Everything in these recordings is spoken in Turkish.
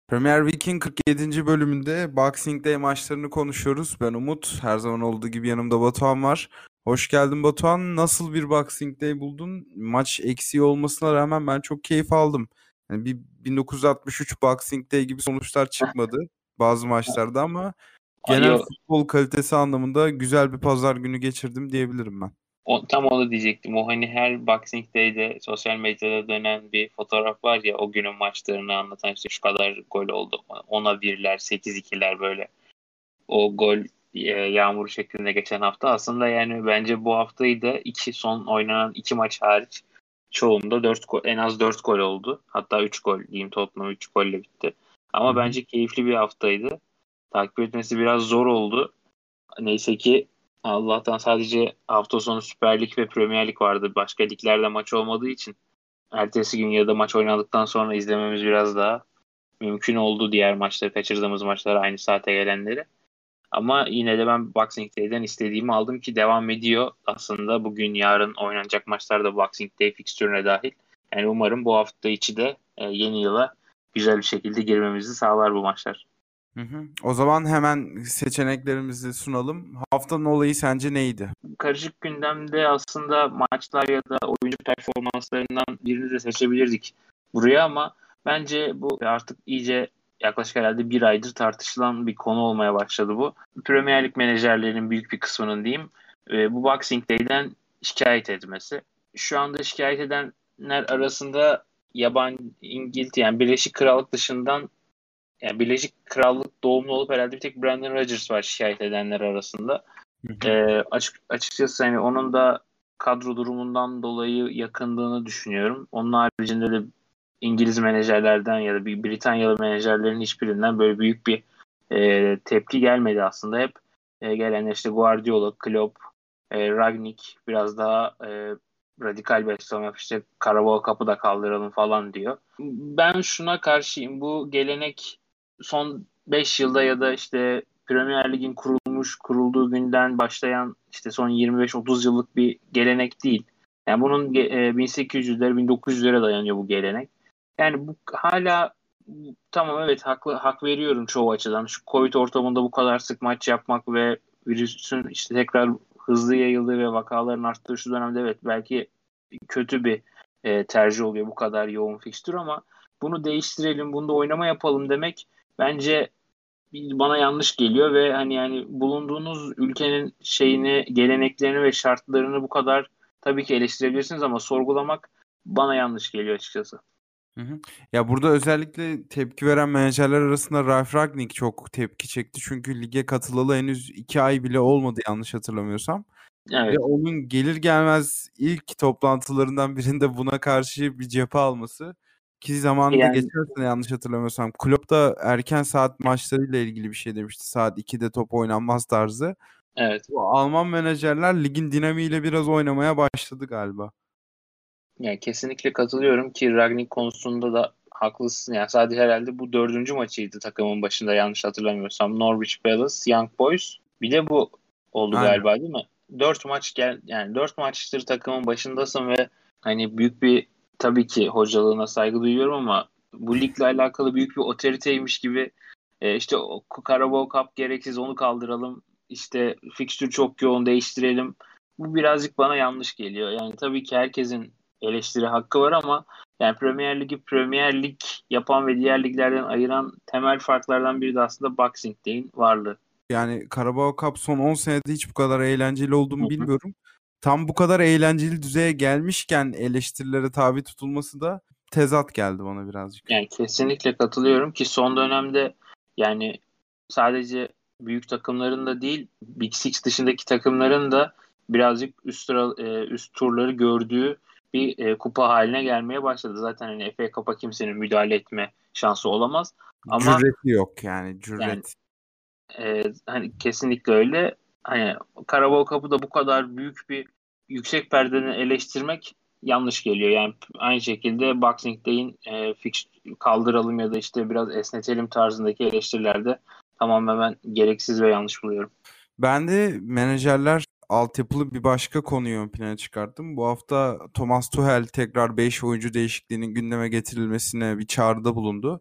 Premier Week'in 47. bölümünde Boxing Day maçlarını konuşuyoruz. Ben Umut. Her zaman olduğu gibi yanımda Batuhan var. Hoş geldin Batuhan. Nasıl bir Boxing Day buldun? Maç eksiği olmasına rağmen ben çok keyif aldım. Yani bir 1963 Boxing Day gibi sonuçlar çıkmadı bazı maçlarda ama genel Yo, futbol kalitesi anlamında güzel bir pazar günü geçirdim diyebilirim ben. tam onu diyecektim. O hani her Boxing Day'de sosyal medyada dönen bir fotoğraf var ya, o günün maçlarını anlatan, işte şu kadar gol oldu. 10'a 1'ler, 8-2'ler böyle. O gol yağmur şeklinde geçen hafta. Aslında yani bence bu haftayı da son oynanan iki maç hariç çoğunda en az 4 gol oldu. Hatta 3 gol diyeyim, Tottenham 3 golle bitti. Hı Ama hı. bence keyifli bir haftaydı. Takip etmesi biraz zor oldu. Neyse ki Allah'tan sadece hafta sonu Süper Lig ve Premier Lig vardı. Başka liglerde maç olmadığı için ertesi gün ya da maç oynadıktan sonra izlememiz biraz daha mümkün oldu, diğer maçları, kaçırdığımız maçları, aynı saate gelenleri. Ama yine de ben Boxing Day'den istediğimi aldım ki devam ediyor. Aslında bugün yarın oynanacak maçlar da Boxing Day fikstürüne dahil. Yani umarım bu hafta içi de yeni yıla güzel bir şekilde girmemizi sağlar bu maçlar. Hı hı. O zaman hemen seçeneklerimizi sunalım. Haftanın olayı sence neydi? Karışık gündemde aslında maçlar ya da oyuncu performanslarından birini de seçebilirdik buraya, ama bence bu artık iyice yaklaşık herhalde bir aydır tartışılan bir konu olmaya başladı bu. Premier Lig menajerlerinin büyük bir kısmının diyeyim bu Boxing Day'den şikayet etmesi. Şu anda şikayet edenler arasında İngiltere, yani Birleşik Krallık dışından, yani Birleşik Krallık doğumlu olup herhalde bir tek Brendan Rodgers var şikayet edenler arasında. Hı hı. Açıkçası hani onun da kadro durumundan dolayı yakındığını düşünüyorum. Onun haricinde de İngiliz menajerlerden ya da bir Britanyalı menajerlerin hiçbirinden böyle büyük bir tepki gelmedi aslında. Hep gelenler işte Guardiola, Klopp, Rangnick biraz daha radikal bir açıklama yapıyor. İşte Carabao Cup'ı da kaldıralım falan diyor. Ben şuna karşıyım. Bu gelenek son 5 yılda ya da işte Premier Lig'in kurulduğu günden başlayan işte son 25-30 yıllık bir gelenek değil. Yani bunun 1800'lere 1900'lere dayanıyor bu gelenek. Yani bu hala, tamam, evet, hak veriyorum çoğu açıdan. Şu Covid ortamında bu kadar sık maç yapmak ve virüsün işte tekrar hızlı yayıldığı ve vakaların arttığı şu dönemde, evet, belki kötü bir tercih oluyor bu kadar yoğun fikstür, ama bunu değiştirelim, bunda oynama yapalım demek bence bana yanlış geliyor ve hani yani bulunduğunuz ülkenin geleneklerini ve şartlarını bu kadar tabii ki eleştirebilirsiniz ama sorgulamak bana yanlış geliyor açıkçası. Hı hı. Ya burada özellikle tepki veren menajerler arasında Ralf Rangnick çok tepki çekti. Çünkü lige katılalı henüz 2 ay bile olmadı yanlış hatırlamıyorsam. Ve Evet. onun gelir gelmez ilk toplantılarından birinde buna karşı bir cephe alması. Ki zamanında Yani geçen sene yanlış hatırlamıyorsam Klopp da erken saat maçlarıyla ilgili bir şey demişti. Saat 2'de top oynanmaz tarzı. evet. Bu Alman menajerler ligin dinamiğiyle biraz oynamaya başladı galiba. Yani kesinlikle katılıyorum ki Ragnik konusunda da haklısın. Yani sadece herhalde bu dördüncü maçıydı takımın başında, yanlış hatırlamıyorsam. Norwich Palace, Young Boys. Bir de bu oldu Aynen. galiba, değil mi? Yani dört maçtır takımın başındasın ve hani büyük bir, tabii ki hocalığına saygı duyuyorum ama bu ligle alakalı büyük bir otoriteymiş gibi işte o Carabao Cup gereksiz, onu kaldıralım. İşte fikstür çok yoğun, değiştirelim. Bu birazcık bana yanlış geliyor. Yani tabii ki herkesin eleştiri hakkı var ama yani Premier Lig'i Premier Lig yapan ve diğer liglerden ayıran temel farklardan biri de aslında Boxing Day'in varlığı. Yani Carabao Cup son 10 senede hiç bu kadar eğlenceli Hı olduğunu hı. bilmiyorum. Tam bu kadar eğlenceli düzeye gelmişken eleştirilere tabi tutulması da tezat geldi bana birazcık. Yani kesinlikle katılıyorum ki son dönemde yani sadece büyük takımların da değil, Big Six dışındaki takımların da birazcık üst turları gördüğü bir kupa haline gelmeye başladı. Zaten hani FA Cup'a kimsenin müdahale etme şansı olamaz. Ama Cüreti yok yani yani cüret. hani kesinlikle öyle. Hani Carabao Cup'ı da bu kadar büyük bir yüksek perdeden eleştirmek yanlış geliyor. Yani aynı şekilde Boxing Day'in kaldıralım ya da işte biraz esnetelim tarzındaki eleştirilerde tamamen gereksiz ve yanlış buluyorum. Ben de menajerler altyapılı bir başka konuyu ön plana çıkarttım. Bu hafta Thomas Tuchel tekrar 5 oyuncu değişikliğinin gündeme getirilmesine bir çağrıda bulundu.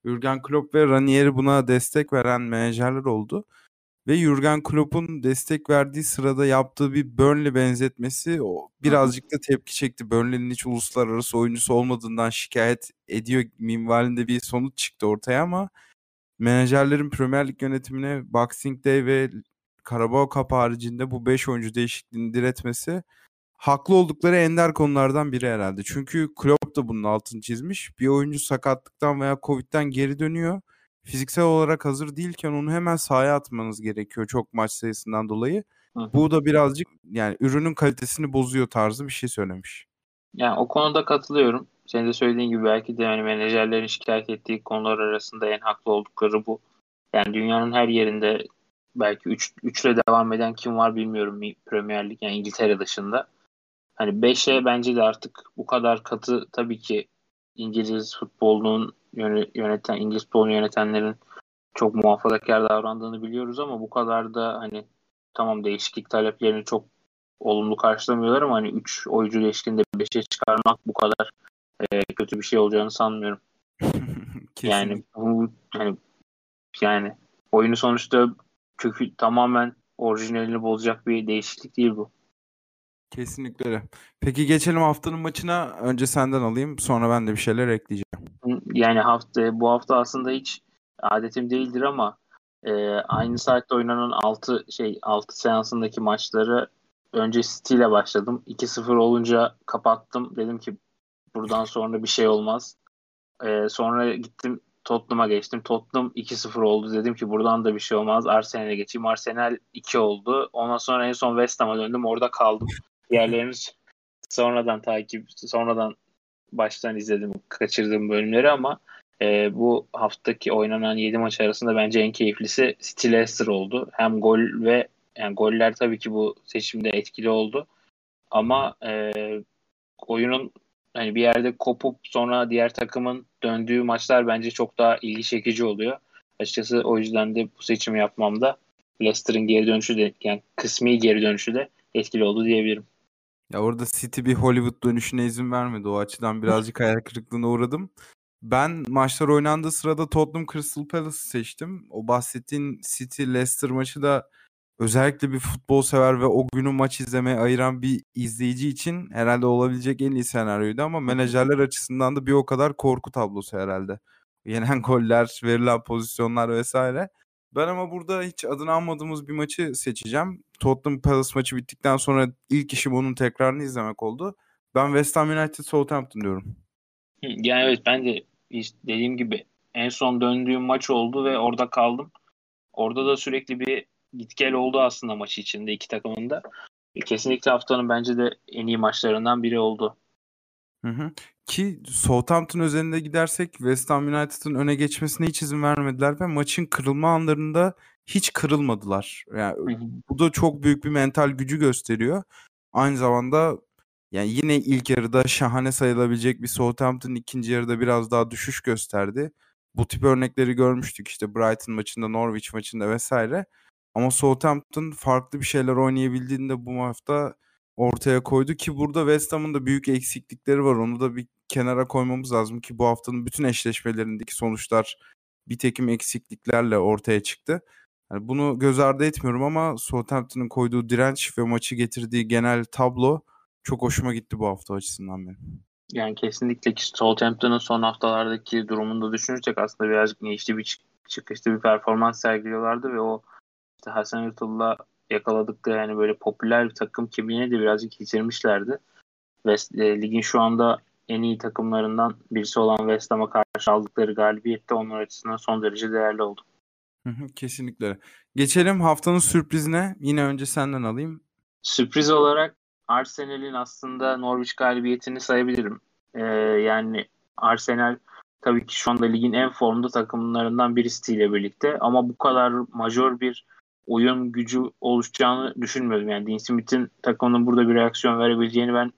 Jürgen Klopp ve Ranieri buna destek veren menajerler oldu. Ve Jürgen Klopp'un destek verdiği sırada yaptığı bir Burnley benzetmesi o Hı hı. birazcık da tepki çekti. Burnley'nin hiç uluslararası oyuncusu olmadığından şikayet ediyor minvalinde bir sonuç çıktı ortaya ama menajerlerin Premier Lig yönetimine Boxing Day ve Carabao Cup haricinde bu 5 oyuncu değişikliğini diretmesi haklı oldukları ender konulardan biri herhalde. Çünkü Klopp da bunun altını çizmiş. Bir oyuncu sakatlıktan veya Covid'den geri dönüyor. Fiziksel olarak hazır değilken onu hemen sahaya atmanız gerekiyor çok maç sayısından dolayı. Hı hı. Bu da birazcık yani ürünün kalitesini bozuyor tarzı bir şey söylemiş. Yani o konuda katılıyorum. Senin de söylediğin gibi belki de yani menajerlerin şikayet ettiği konular arasında en haklı oldukları bu. Yani dünyanın her yerinde belki 3'le devam eden kim var bilmiyorum Premier Lig yani İngiltere dışında. Hani 5'e bence de artık bu kadar katı tabii ki İngiliz futbolunun yöneten İngiliz futbolunu yönetenlerin çok muhafazakar davrandığını biliyoruz ama bu kadar da hani tamam değişiklik taleplerini çok olumlu karşılamıyorlar ama hani 3 oyuncu değişikliğinde 5'e çıkarmak bu kadar kötü bir şey olacağını sanmıyorum. Yani Kesinlikle. bu yani oyunu sonuçta kökü tamamen orijinalini bozacak bir değişiklik değil bu. Kesinlikle öyle. Peki geçelim haftanın maçına. Önce senden alayım. Sonra ben de bir şeyler ekleyeceğim. Yani bu hafta aslında hiç adetim değildir ama aynı saatte oynanan 6 seansındaki maçları önce City ile başladım. 2-0 olunca kapattım. Dedim ki buradan sonra bir şey olmaz. Sonra gittim Tottenham'a geçtim. Tottenham 2-0 oldu. Dedim ki buradan da bir şey olmaz. Arsenal'e geçeyim. Arsenal 2 oldu. Ondan sonra en son West Ham'a döndüm. Orada kaldım. Diğerlerini sonradan baştan izledim kaçırdığım bölümleri ama bu haftaki oynanan 7 maç arasında bence en keyiflisi City Leicester oldu. Hem gol ve yani goller tabii ki bu seçimde etkili oldu ama oyunun hani bir yerde kopup sonra diğer takımın döndüğü maçlar bence çok daha ilgi çekici oluyor. Açıkçası o yüzden de bu seçimi yapmamda Leicester'ın geri dönüşü de yani kısmi geri dönüşü de etkili oldu diyebilirim. Ya orada City bir Hollywood dönüşüne izin vermedi. O açıdan birazcık hayal kırıklığına uğradım. Ben maçlar oynandığı sırada Tottenham Crystal Palace'ı seçtim. O bahsettiğin City Leicester maçı da özellikle bir futbol sever ve o günü maç izlemeye ayıran bir izleyici için herhalde olabilecek en iyi senaryoydu ama menajerler açısından da bir o kadar korku tablosu herhalde. Yenen goller, verilen pozisyonlar vesaire. Ben ama burada hiç adını anmadığımız bir maçı seçeceğim. Tottenham Palace maçı bittikten sonra ilk işim onun tekrarını izlemek oldu. Ben West Ham United Southampton diyorum. Yani evet ben de işte dediğim gibi en son döndüğüm maç oldu ve orada kaldım. Orada da sürekli bir git gel oldu aslında maç içinde iki takımın da. Kesinlikle haftanın bence de en iyi maçlarından biri oldu. Hı hı. Ki Southampton özelinde gidersek West Ham United'ın öne geçmesine hiç izin vermediler ve maçın kırılma anlarında hiç kırılmadılar. Yani Hı hı. bu da çok büyük bir mental gücü gösteriyor. Aynı zamanda yani yine ilk yarıda şahane sayılabilecek bir Southampton ikinci yarıda biraz daha düşüş gösterdi. Bu tip örnekleri görmüştük işte Brighton maçında, Norwich maçında vesaire. Ama Southampton farklı bir şeyler oynayabildiğinde bu hafta ortaya koydu ki burada West Ham'ın da büyük eksiklikleri var. Onu da bir kenara koymamız lazım ki bu haftanın bütün eşleşmelerindeki sonuçlar bir takım eksikliklerle ortaya çıktı. Yani bunu göz ardı etmiyorum ama Southampton'ın koyduğu direnç ve maçı getirdiği genel tablo çok hoşuma gitti bu hafta açısından benim. Yani kesinlikle ki Southampton'ın son haftalardaki durumunu da düşünürsek aslında birazcık inişli çıkışlı bir performans sergiliyorlardı ve o işte Hasan Yurtul'la yakaladıkları yani böyle popüler bir takım kimliğini de birazcık yitirmişlerdi. Ve ligin şu anda en iyi takımlarından birisi olan West Ham'a karşı aldıkları galibiyet de onlar açısından son derece değerli oldu. Hı hı, kesinlikle öyle. Geçelim haftanın sürprizine. Yine önce senden alayım. Sürpriz olarak Arsenal'in aslında Norwich galibiyetini sayabilirim. Yani Arsenal tabii ki şu anda ligin en formda takımlarından birisiyle birlikte ama bu kadar majör bir oyun gücü oluşacağını düşünmüyordum. Yani Dean Smith'in takımının burada bir reaksiyon verebileceğini ben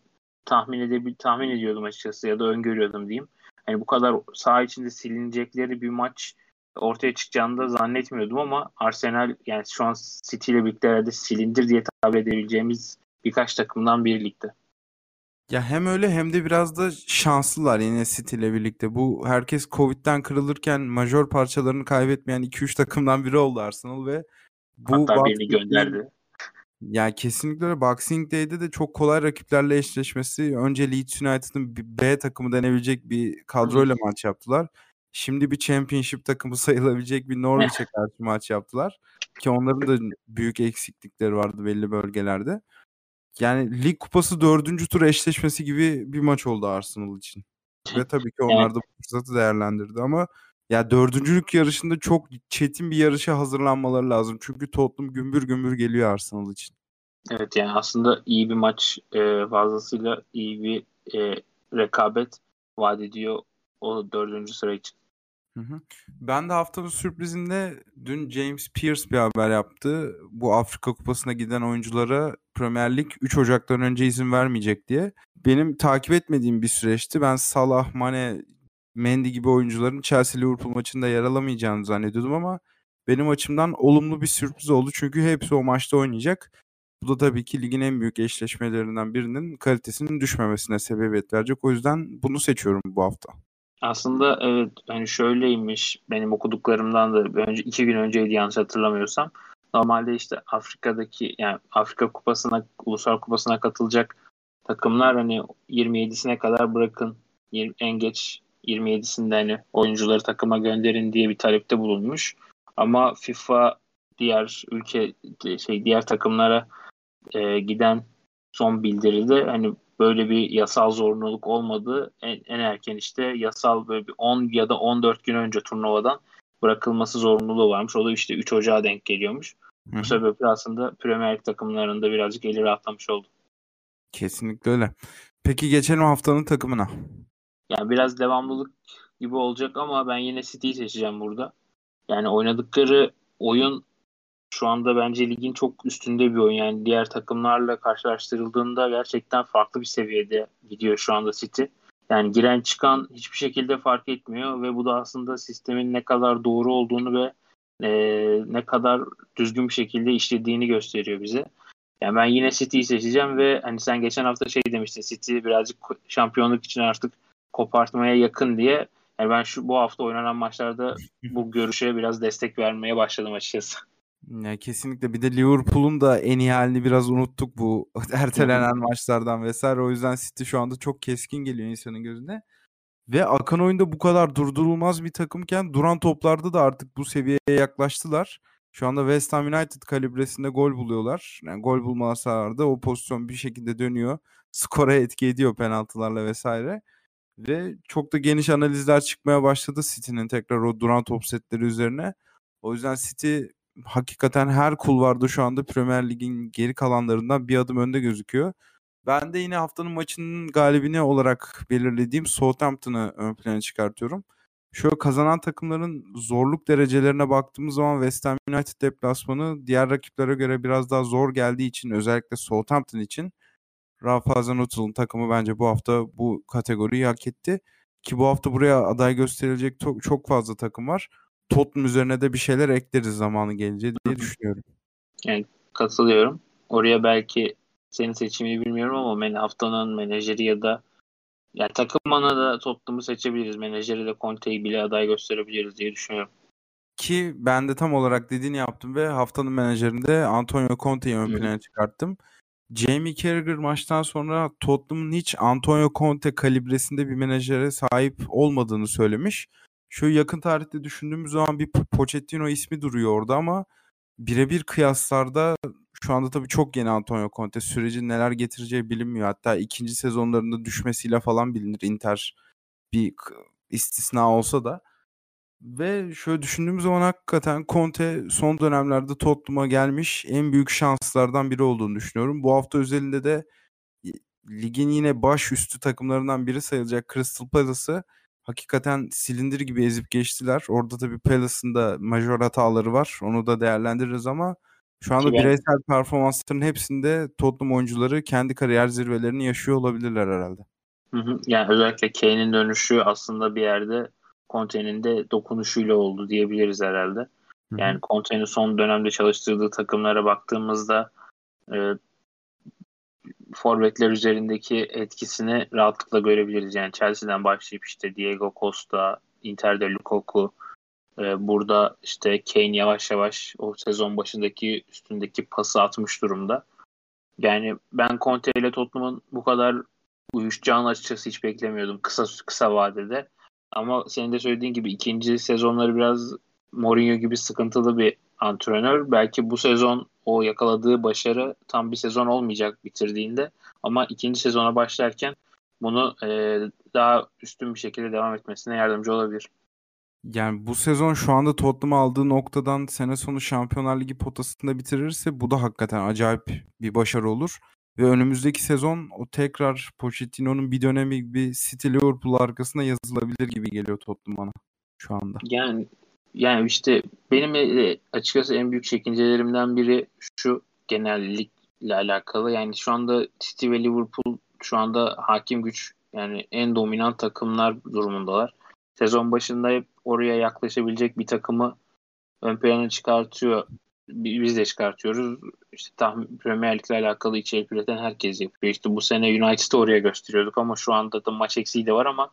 tahmin ediyordum açıkçası ya da öngörüyordum diyeyim. Yani bu kadar saha içinde silinecekleri bir maç ortaya çıkacağını da zannetmiyordum ama Arsenal yani şu an City ile birlikte herhalde silindir diye tabir edebileceğimiz birkaç takımdan biri ligde. Ya hem öyle hem de biraz da şanslılar yine City ile birlikte. Bu herkes Covid'den kırılırken majör parçalarını kaybetmeyen 2-3 takımdan biri oldu Arsenal ve bu Hatta birini Boxing Day'in gönderdi. yani kesinlikle öyle. Boxing Day'de de çok kolay rakiplerle eşleşmesi. Önce Leeds United'ın bir B takımı denebilecek bir Hı hı. kadroyla maç yaptılar. Şimdi bir Championship takımı sayılabilecek bir Norwich'e karşı maç yaptılar. Ki onların da büyük eksiklikleri vardı belli bölgelerde. Yani Lig Kupası dördüncü tur eşleşmesi gibi bir maç oldu Arsenal için. Ve tabii ki Evet, onlar da bu fırsatı değerlendirdi ama ya dördüncülük yarışında çok çetin bir yarışa hazırlanmaları lazım. Çünkü Tottenham gümbür gümbür geliyor Arsenal için. evet, yani aslında iyi bir maç, fazlasıyla iyi bir rekabet vaat ediyor o dördüncü sıra için. Hı hı. Ben de haftanın sürprizinde dün James Pearce bir haber yaptı. Bu Afrika Kupası'na giden oyunculara Premier Lig 3 Ocak'tan önce izin vermeyecek diye. Benim takip etmediğim bir süreçti. Ben Salah, Mane, Mendy gibi oyuncuların Chelsea-Liverpool maçında yer alamayacağını zannediyordum ama benim açımdan olumlu bir sürpriz oldu. Çünkü hepsi o maçta oynayacak. Bu da tabii ki ligin en büyük eşleşmelerinden birinin kalitesinin düşmemesine sebebiyet verecek. O yüzden bunu seçiyorum bu hafta. Aslında evet, hani şöyleymiş, benim okuduklarımdan da önce 2 gün önceydi yanlış hatırlamıyorsam. Normalde işte Afrika'daki, yani Afrika Kupası'na, Ulusal Kupası'na katılacak takımlar hani 27'sine kadar bırakın, en geç 27'sinde hani oyuncuları takıma gönderin diye bir talepte bulunmuş. Ama FIFA diğer ülke, diğer takımlara giden son bildiride hani böyle bir yasal zorunluluk olmadığı, en erken işte yasal böyle bir 10 ya da 14 gün önce turnuvadan bırakılması zorunluluğu varmış. O da işte 3 Ocağı denk geliyormuş. Hı Bu hı. sebeple aslında Premier Lig takımlarında birazcık eli rahatlamış oldu. Kesinlikle öyle. Peki geçelim haftanın takımına. Yani biraz devamlılık gibi olacak ama ben yine City'yi seçeceğim burada. Yani oynadıkları oyun şu anda bence ligin çok üstünde bir oyun. Yani diğer takımlarla karşılaştırıldığında gerçekten farklı bir seviyede gidiyor şu anda City. Yani giren çıkan hiçbir şekilde fark etmiyor ve bu da aslında sistemin ne kadar doğru olduğunu ve ne kadar düzgün bir şekilde işlediğini gösteriyor bize. Yani ben yine City'yi seçeceğim ve hani sen geçen hafta şey demiştin, City birazcık şampiyonluk için artık kopartmaya yakın diye. Yani ben bu hafta oynanan maçlarda bu görüşe biraz destek vermeye başladım açıkçası. Ya kesinlikle bir de Liverpool'un da en iyi halini biraz unuttuk bu Hı hı. ertelenen maçlardan vesaire. O yüzden City şu anda çok keskin geliyor insanın gözüne. Ve akan oyunda bu kadar durdurulmaz bir takımken duran toplarda da artık bu seviyeye yaklaştılar. Şu anda West Ham United kalibresinde gol buluyorlar. Yani gol bulmasalar da o pozisyon bir şekilde dönüyor. Skora etki ediyor penaltılarla vesaire. Ve çok da geniş analizler çıkmaya başladı City'nin tekrar o duran top setleri üzerine. O yüzden City hakikaten her kulvarda şu anda Premier Lig'in geri kalanlarından bir adım önde gözüküyor. Ben de yine haftanın maçının galibini olarak belirlediğim Southampton'ı ön plana çıkartıyorum. Şöyle kazanan takımların zorluk derecelerine baktığımız zaman West Ham United deplasmanı diğer rakiplere göre biraz daha zor geldiği için özellikle Southampton için Ralph Hasenhüttl'un takımı bence bu hafta bu kategoriyi hak etti. Ki bu hafta buraya aday gösterilecek çok fazla takım var. Tottenham üzerine de bir şeyler ekleriz zamanı gelince diye düşünüyorum. Yani katılıyorum. Oraya belki senin seçimini bilmiyorum ama haftanın menajeri ya da yani takım bana da Tottenham'ı seçebiliriz. Menajeri de Conte'yi bile aday gösterebiliriz diye düşünüyorum. Ki ben de tam olarak dediğini yaptım ve haftanın menajerinde Antonio Conte'yi ön Hı hı. plana çıkarttım. Jamie Carragher maçtan sonra Tottenham'ın hiç Antonio Conte kalibresinde bir menajere sahip olmadığını söylemiş. Şu yakın tarihte düşündüğümüz zaman bir Pochettino ismi duruyor orada ama birebir kıyaslarda şu anda tabii çok yeni Antonio Conte. Sürecin neler getireceği bilinmiyor. Hatta ikinci sezonlarında düşmesiyle falan bilinir. Inter bir istisna olsa da. Ve şöyle düşündüğüm zaman hakikaten Conte son dönemlerde Tottenham'a gelmiş en büyük şanslardan biri olduğunu düşünüyorum. Bu hafta özelinde de i ligin yine baş üstü takımlarından biri sayılacak Crystal Palace'ı hakikaten silindir gibi ezip geçtiler. Orada tabii Palace'ın da majör hataları var. Onu da değerlendiririz ama şu Ki anda ben bireysel performansların hepsinde Tottenham oyuncuları kendi kariyer zirvelerini yaşıyor olabilirler herhalde. hı hı. Yani özellikle Kane'in dönüşü aslında bir yerde Conte'nin de dokunuşuyla oldu diyebiliriz herhalde. Hı hı. Yani Conte'nin son dönemde çalıştırdığı takımlara baktığımızda e, forvetler üzerindeki etkisini rahatlıkla görebiliriz. Yani Chelsea'den başlayıp işte Diego Costa, Inter'de Lukaku, burada işte Kane yavaş yavaş o sezon başındaki üstündeki pası atmış durumda. Yani ben Conte ile Tottenham'ın bu kadar uyuşacağını açıkçası hiç beklemiyordum kısa vadede. Ama senin de söylediğin gibi ikinci sezonları biraz Mourinho gibi sıkıntılı bir antrenör. Belki bu sezon o yakaladığı başarı tam bir sezon olmayacak bitirdiğinde. Ama ikinci sezona başlarken bunu daha üstün bir şekilde devam etmesine yardımcı olabilir. Yani bu sezon şu anda Tottenham aldığı noktadan sene sonu Şampiyonlar Ligi potasında bitirirse bu da hakikaten acayip bir başarı olur. Ve önümüzdeki sezon o tekrar Pochettino'nun bir dönemi bir City Liverpool arkasına yazılabilir gibi geliyor Tottenham bana şu anda. Yani yani işte benim açıkçası en büyük çekincelerimden biri şu genellikle alakalı. Yani şu anda City ve Liverpool şu anda hakim güç yani en dominant takımlar durumundalar. Sezon başında hep oraya yaklaşabilecek bir takımı ön plana çıkartıyor. Biz de çıkartıyoruz. İşte Premier Lig'le alakalı içerik üreten herkes yapıyor. İşte bu sene United'ı oraya gösteriyorduk ama şu anda da maç eksiği de var ama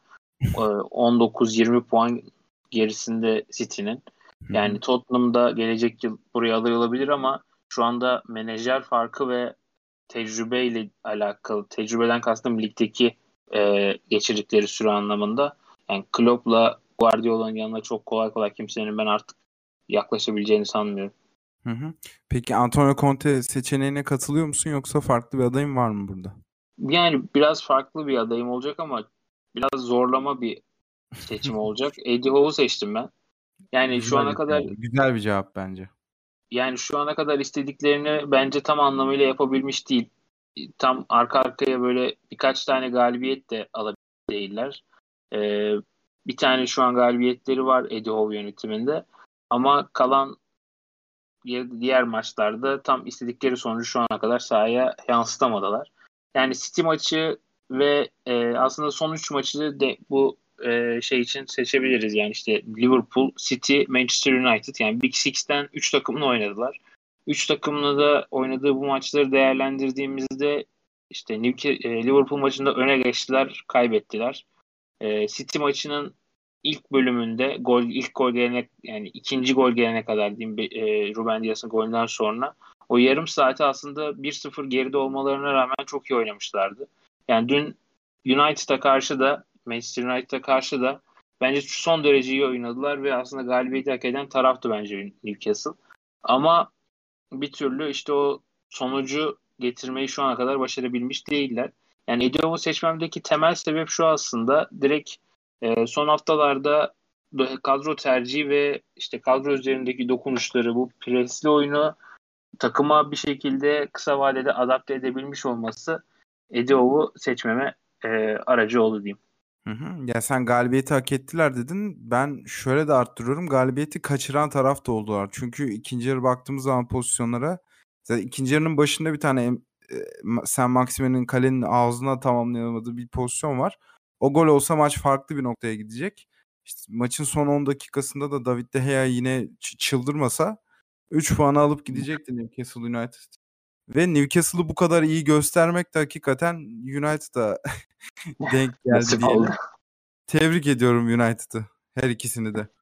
19-20 puan gerisinde City'nin. Hı Yani hı. Tottenham'da gelecek yıl buraya aday olabilir ama şu anda menajer farkı ve tecrübeyle alakalı, tecrübeden kastım ligdeki geçirdikleri süre anlamında. Yani Klopp'la Guardiola'nın yanına çok kolay kolay kimsenin ben artık yaklaşabileceğini sanmıyorum. Hı hı. Peki Antonio Conte seçeneğine katılıyor musun yoksa farklı bir adayın var mı burada? Yani biraz farklı bir adayım olacak ama biraz zorlama bir seçim olacak. Eddie Howe'u seçtim ben. Yani şu Güzel ana bir kadar cevap. Güzel bir cevap bence. Yani şu ana kadar istediklerini bence tam anlamıyla yapabilmiş değil. Tam arka arkaya böyle birkaç tane galibiyet de alabilmiş değiller. Ee, bir tane şu an galibiyetleri var Eddie Howe yönetiminde. Ama kalan diğer maçlarda tam istedikleri sonucu şu ana kadar sahaya yansıtamadılar. Yani City maçı ve aslında son 3 maçı de bu şey için seçebiliriz. Yani işte Liverpool, City, Manchester United yani Big Six'ten 3 takımla oynadılar. 3 takımla da oynadığı bu maçları değerlendirdiğimizde işte Liverpool maçında öne geçtiler, kaybettiler. City maçının ilk bölümünde ilk gol gelene yani ikinci gol gelene kadar diyeyim Ruben Dias'ın golünden sonra o yarım saati aslında 1-0 geride olmalarına rağmen çok iyi oynamışlardı. Yani dün United'a karşı da Manchester United'a karşı da bence son derece iyi oynadılar ve aslında galibiyeti hak eden taraftı bence Newcastle. Ama bir türlü işte o sonucu getirmeyi şu ana kadar başarabilmiş değiller. Yani Eddie seçmemdeki temel sebep şu aslında direkt son haftalarda kadro tercihi ve işte kadro üzerindeki dokunuşları bu presli oyunu takıma bir şekilde kısa vadede adapte edebilmiş olması Eddie seçmeme aracı oldu diyeyim. Hı hı. Ya sen galibiyeti hak ettiler dedin. Ben şöyle de arttırıyorum. Galibiyeti kaçıran taraf da oldular. Çünkü ikinci yarı baktığımız zaman pozisyonlara zaten ikinci yarının başında bir tane Sen Maximen'in kalenin ağzına tamamlayamadığı bir pozisyon var. O gol olsa maç farklı bir noktaya gidecek. İşte maçın son 10 dakikasında da David De Gea yine çıldırmasa 3 puanı alıp gidecekti Newcastle United. Ve Newcastle'ı bu kadar iyi göstermek de hakikaten United'a denk geldi Nasip oldu. diyelim. Tebrik ediyorum United'ı. Her ikisini de.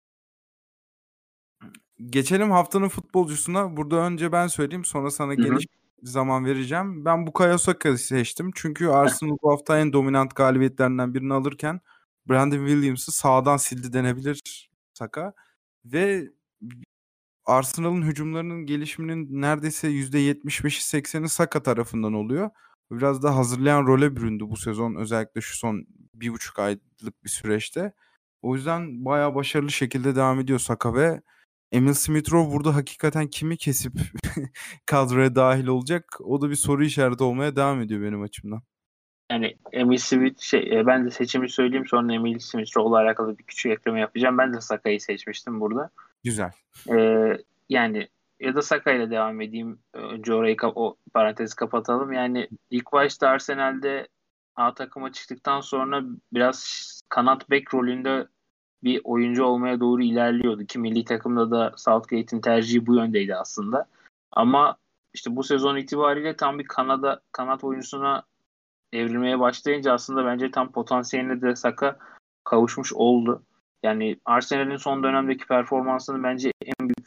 Geçelim haftanın futbolcusuna. Burada önce ben söyleyeyim, sonra sana Hı hı. geniş zaman vereceğim. Ben Bukayo Saka'yı seçtim. Çünkü Arsenal bu hafta en dominant galibiyetlerinden birini alırken Brandon Williams'ı sağdan sildi denebilir Saka. Ve Arsenal'ın hücumlarının gelişiminin neredeyse %75'i 80'i Saka tarafından oluyor. Biraz da hazırlayan role büründü bu sezon. Özellikle şu son 1,5 aylık bir süreçte. O yüzden bayağı başarılı şekilde devam ediyor Saka ve Emil Smith-Rowe burada hakikaten kimi kesip kadroya dahil olacak? O da bir soru işareti olmaya devam ediyor benim açımdan. Yani Emil Smith ben de seçimi söyleyeyim sonra Emil Smith-Rowe'la alakalı bir küçük ekleme yapacağım. Ben de Saka'yı seçmiştim burada. Güzel. E, yani ya da Saka ile devam edeyim. Önce orayı o parantezi kapatalım. Yani ilk başta Arsenal'de A takıma çıktıktan sonra biraz kanat bek rolünde bir oyuncu olmaya doğru ilerliyordu ki milli takımda da Southgate'in tercihi bu yöndeydi aslında. Ama işte bu sezon itibariyle tam bir kanat oyuncusuna evrilmeye başlayınca aslında bence tam potansiyeline de Saka kavuşmuş oldu. Yani Arsenal'in son dönemdeki performansını bence en büyük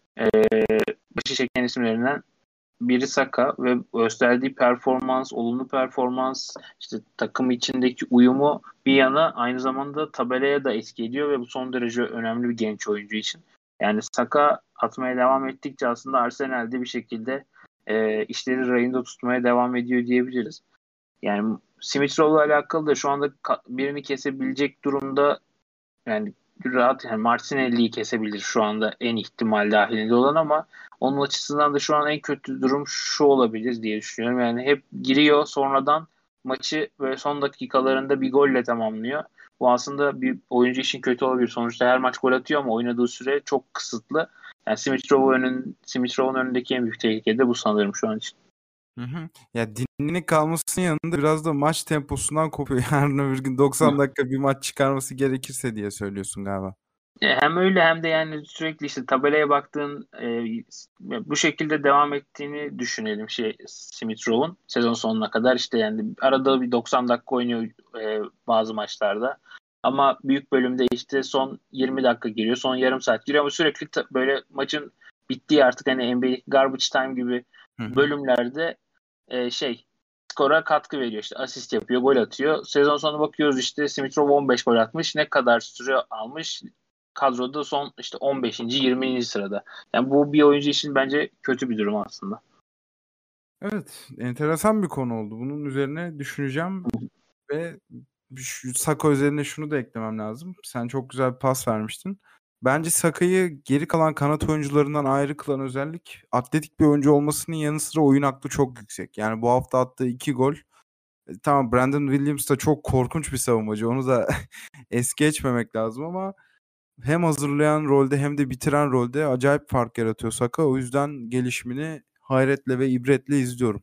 başı çeken isimlerinden biri Saka ve gösterdiği performans, olumlu performans, işte takım içindeki uyumu bir yana aynı zamanda tabelaya da etki ediyor ve bu son derece önemli bir genç oyuncu için. Yani Saka atmaya devam ettikçe aslında Arsenal'de bir şekilde işleri rayında tutmaya devam ediyor diyebiliriz. Yani Smith Rowe'la alakalı da şu anda birini kesebilecek durumda, yani rahat, yani Martinelli'yi kesebilir şu anda en ihtimal dahilinde olan, ama onun açısından da şu an en kötü durum şu olabilir diye düşünüyorum. Yani hep giriyor, sonradan maçı böyle son dakikalarında bir golle tamamlıyor. Bu aslında bir oyuncu için kötü olabilir. Sonuçta her maç gol atıyor ama oynadığı süre çok kısıtlı. Yani Smith Rowe'un önündeki en büyük tehlike de bu sanırım şu an için. Hı hı. Ya dinamik kalmasının yanında biraz da maç temposundan kopuyor. Yarın öbür gün 90 dakika bir maç çıkarması gerekirse diye söylüyorsun galiba. Hem öyle hem de yani sürekli işte tabelaya baktığın bu şekilde devam ettiğini düşünelim Smith Rowe'un sezon sonuna kadar, işte yani arada bir 90 dakika oynuyor bazı maçlarda, ama büyük bölümde işte son 20 dakika giriyor, son yarım saat giriyor, ama sürekli böyle maçın bittiği, artık hani NBA garbage time gibi Hı hı. bölümlerde skora katkı veriyor, işte asist yapıyor, gol atıyor. Sezon sonu bakıyoruz, işte Smith Rowe 15 gol atmış, ne kadar süre almış, kadroda son işte 15. 20. sırada. Yani bu bir oyuncu için bence kötü bir durum aslında. Evet, enteresan bir konu oldu. Bunun üzerine düşüneceğim ve şu Saka üzerine şunu da eklemem lazım. Sen çok güzel bir pas vermiştin. Bence Saka'yı geri kalan kanat oyuncularından ayrı kılan özellik atletik bir oyuncu olmasının yanı sıra oyun aklı çok yüksek. Yani bu hafta attığı 2 gol. Tamam, Brandon Williams da çok korkunç bir savunmacı. Onu da es geçmemek lazım ama hem hazırlayan rolde hem de bitiren rolde acayip fark yaratıyor Saka. O yüzden gelişimini hayretle ve ibretle izliyorum.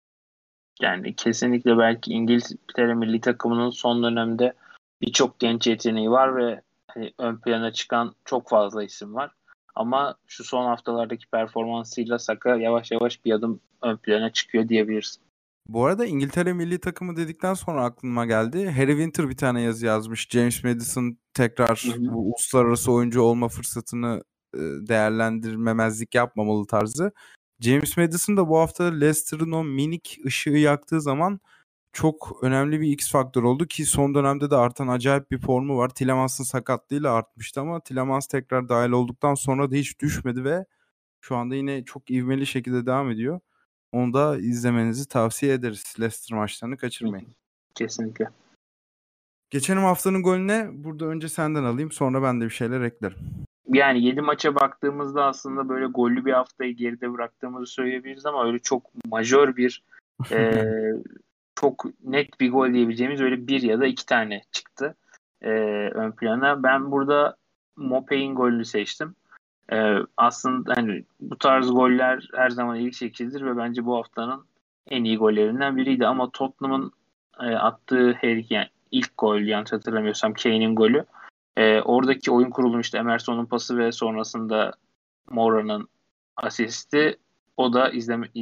Yani kesinlikle belki İngiltere milli takımının son dönemde birçok genç yeteneği var ve hani ön plana çıkan çok fazla isim var. Ama şu son haftalardaki performansıyla Saka yavaş yavaş bir adım ön plana çıkıyor diyebiliriz. Bu arada İngiltere milli takımı dedikten sonra aklıma geldi. Harry Winter bir tane yazı yazmış. James Maddison Hı tekrar hı. bu uluslararası oyuncu olma fırsatını değerlendirmemezlik yapmamalı tarzı. James Maddison da bu hafta Leicester'ın o minik ışığı yaktığı zaman çok önemli bir X faktör oldu ki son dönemde de artan acayip bir formu var. Tielemans'ın sakatlığıyla artmıştı ama Tielemans tekrar dahil olduktan sonra da hiç düşmedi ve şu anda yine çok ivmeli şekilde devam ediyor. Onu da izlemenizi tavsiye ederiz. Leicester maçlarını Hı kaçırmayın. hı. Kesinlikle. Geçelim haftanın golüne. Burada önce senden alayım, sonra ben de bir şeyler eklerim. Yani 7 maça baktığımızda aslında böyle gollü bir haftayı geride bıraktığımızı söyleyebiliriz, ama öyle çok majör bir e, çok net bir gol diyebileceğimiz öyle bir ya da iki tane çıktı ön plana. Ben burada Mopey'in golünü seçtim. Aslında hani bu tarz goller her zaman ilgi çekicidir ve bence bu haftanın en iyi gollerinden biriydi, ama Tottenham'ın attığı yani ilk gol, yanlış hatırlamıyorsam Kane'in golü. Oradaki oyun kurulumu, işte Emerson'un pası ve sonrasında Moura'nın asisti, o da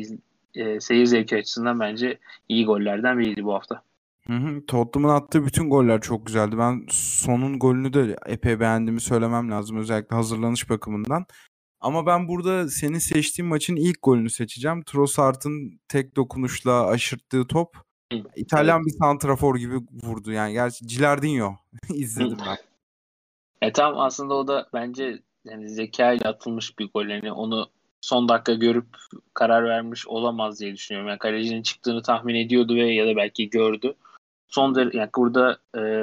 seyir zevki açısından bence iyi gollerden biriydi bu hafta. Hı hı. Tottenham'ın attığı bütün goller çok güzeldi. Ben sonun golünü de epey beğendiğimi söylemem lazım. Özellikle hazırlanış bakımından. Ama ben burada senin seçtiğin maçın ilk golünü seçeceğim. Trossard'ın tek dokunuşla aşırttığı top. Evet. İtalyan bir santrafor gibi vurdu. Yani gerçi Gilardino izledim ben. Tam aslında o da bence yani zeka ile atılmış bir gol. Yani onu son dakika görüp karar vermiş olamaz diye düşünüyorum. Yani kalecinin çıktığını tahmin ediyordu ve ya da belki gördü. Yani burada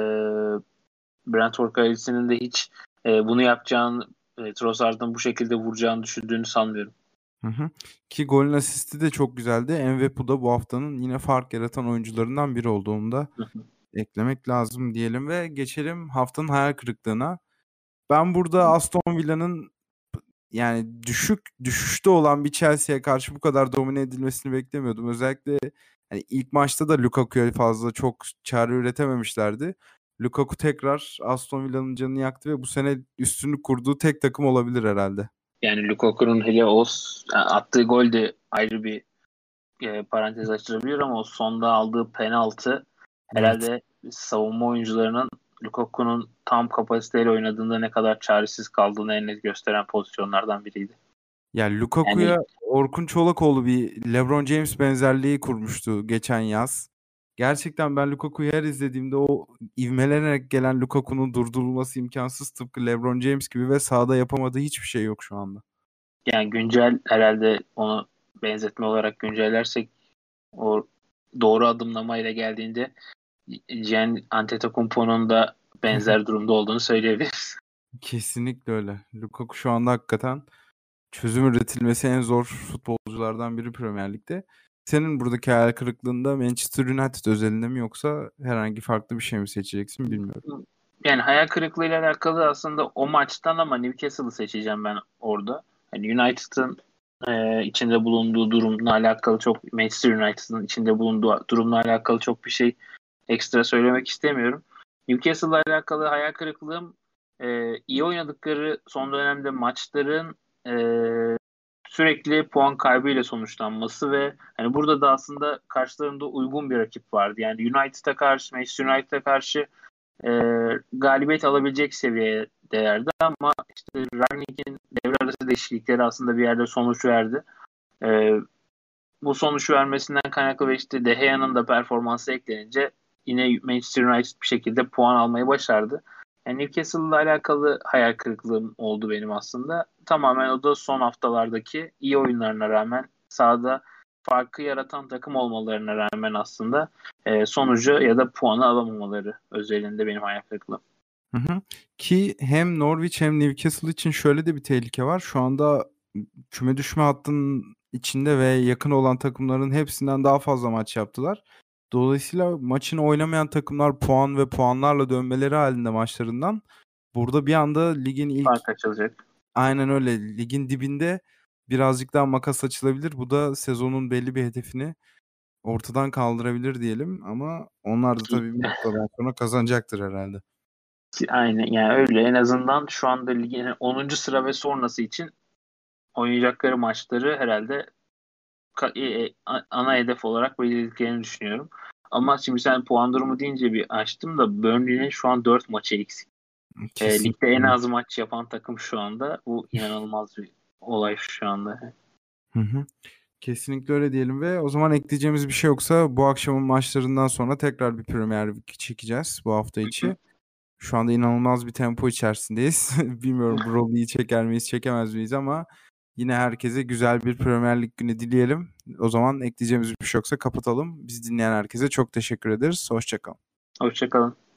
Brentford kalecisinin de hiç bunu yapacağını, Trossard'ın bu şekilde vuracağını düşündüğünü sanmıyorum. Hı hı. Ki golün asisti de çok güzeldi. Envepu da bu haftanın yine fark yaratan oyuncularından biri oldu. Onu da Hı hı. eklemek lazım diyelim ve geçelim haftanın hayal kırıklığına. Ben burada Aston Villa'nın yani düşüşte olan bir Chelsea'ye karşı bu kadar domine edilmesini beklemiyordum. Özellikle hani ilk maçta da Lukaku'ya fazla çok çare üretememişlerdi. Lukaku tekrar Aston Villa'nın canını yaktı ve bu sene üstünlük kurduğu tek takım olabilir herhalde. Yani Lukaku'nun hele attığı gol de ayrı bir parantez açılabilir ama o sonda aldığı penaltı Evet. herhalde savunma oyuncularının Lukaku'nun tam kapasiteyle oynadığında ne kadar çaresiz kaldığını en net gösteren pozisyonlardan biriydi. Ya Yani Lukaku'ya Orkun Çolakoğlu bir LeBron James benzerliği kurmuştu geçen yaz. Gerçekten ben Lukaku'yu her izlediğimde o ivmelenerek gelen Lukaku'nun durdurulması imkansız, tıpkı LeBron James gibi, ve sahada yapamadığı hiçbir şey yok şu anda. yani güncel herhalde onu benzetme olarak güncellersek o doğru adımlamayla geldiğinde Gian Antetokounmpo'nun da benzer durumda olduğunu söyleyebiliriz. Kesinlikle öyle. Lukaku şu anda hakikaten çözüm üretilmesi en zor futbolculardan biri Premier Lig'de. Senin buradaki hayal kırıklığında Manchester United özelinde mi, yoksa herhangi farklı bir şey mi seçeceksin bilmiyorum. Yani hayal kırıklığıyla alakalı aslında o maçtan ama Newcastle'ı seçeceğim ben orada. Hani United'ın içinde bulunduğu durumla alakalı çok Manchester United'ın içinde bulunduğu durumla alakalı çok bir şey ekstra söylemek istemiyorum. Newcastle'la alakalı hayal kırıklığım iyi oynadıkları son dönemde maçların e, sürekli puan kaybıyla sonuçlanması ve hani burada da aslında karşılarında uygun bir rakip vardı. Yani United'a karşı, Manchester United'a karşı e, galibiyet alabilecek seviyedelerdi ama işte Rangnick'in devre arası değişiklikleri aslında bir yerde sonuç verdi. E, Bu sonuç vermesinden kaynaklı ve işte De Gea'nın da performansı eklenince yine Manchester United bir şekilde puan almayı başardı. Yani Newcastle'la alakalı hayal kırıklığım oldu benim aslında. Tamamen o da son haftalardaki iyi oyunlarına rağmen sahada farkı yaratan takım olmalarına rağmen aslında sonucu ya da puanı alamamaları özelinde benim hayal kırıklığım. Hı hı. Ki hem Norwich hem Newcastle için şöyle de bir tehlike var. Şu anda küme düşme hattının içinde ve yakın olan takımların hepsinden daha fazla maç yaptılar. Dolayısıyla maçını oynamayan takımlar puan ve puanlarla dönmeleri halinde maçlarından, burada bir anda ligin ilk, Fark açılacak. aynen öyle, ligin dibinde birazcık daha makas açılabilir. Bu da sezonun belli bir hedefini ortadan kaldırabilir diyelim, ama onlar da tabii bir noktadan sonra kazanacaktır herhalde. Aynen yani öyle en azından şu anda ligin 10. sıra ve sonrası için oynayacakları maçları herhalde ana hedef olarak belirlediklerini düşünüyorum. Ama şimdi sen puan durumu deyince bir açtım da Burnley'nin şu an 4 maçı eksik. Ligde en Kesinlikle. az maç yapan takım şu anda. Bu inanılmaz bir olay şu anda. Hı hı. Kesinlikle öyle diyelim ve o zaman ekleyeceğimiz bir şey yoksa bu akşamın maçlarından sonra tekrar bir Premier Lig çekeceğiz bu hafta Hı hı. içi. Şu anda inanılmaz bir tempo içerisindeyiz. Bilmiyorum Broly'yi çeker miyiz, çekemez miyiz, ama yine herkese güzel bir Premier Lig günü dileyelim. O zaman ekleyeceğimiz bir şey yoksa kapatalım. Biz dinleyen herkese çok teşekkür ederiz. Hoşça kalın. Hoşçakalın.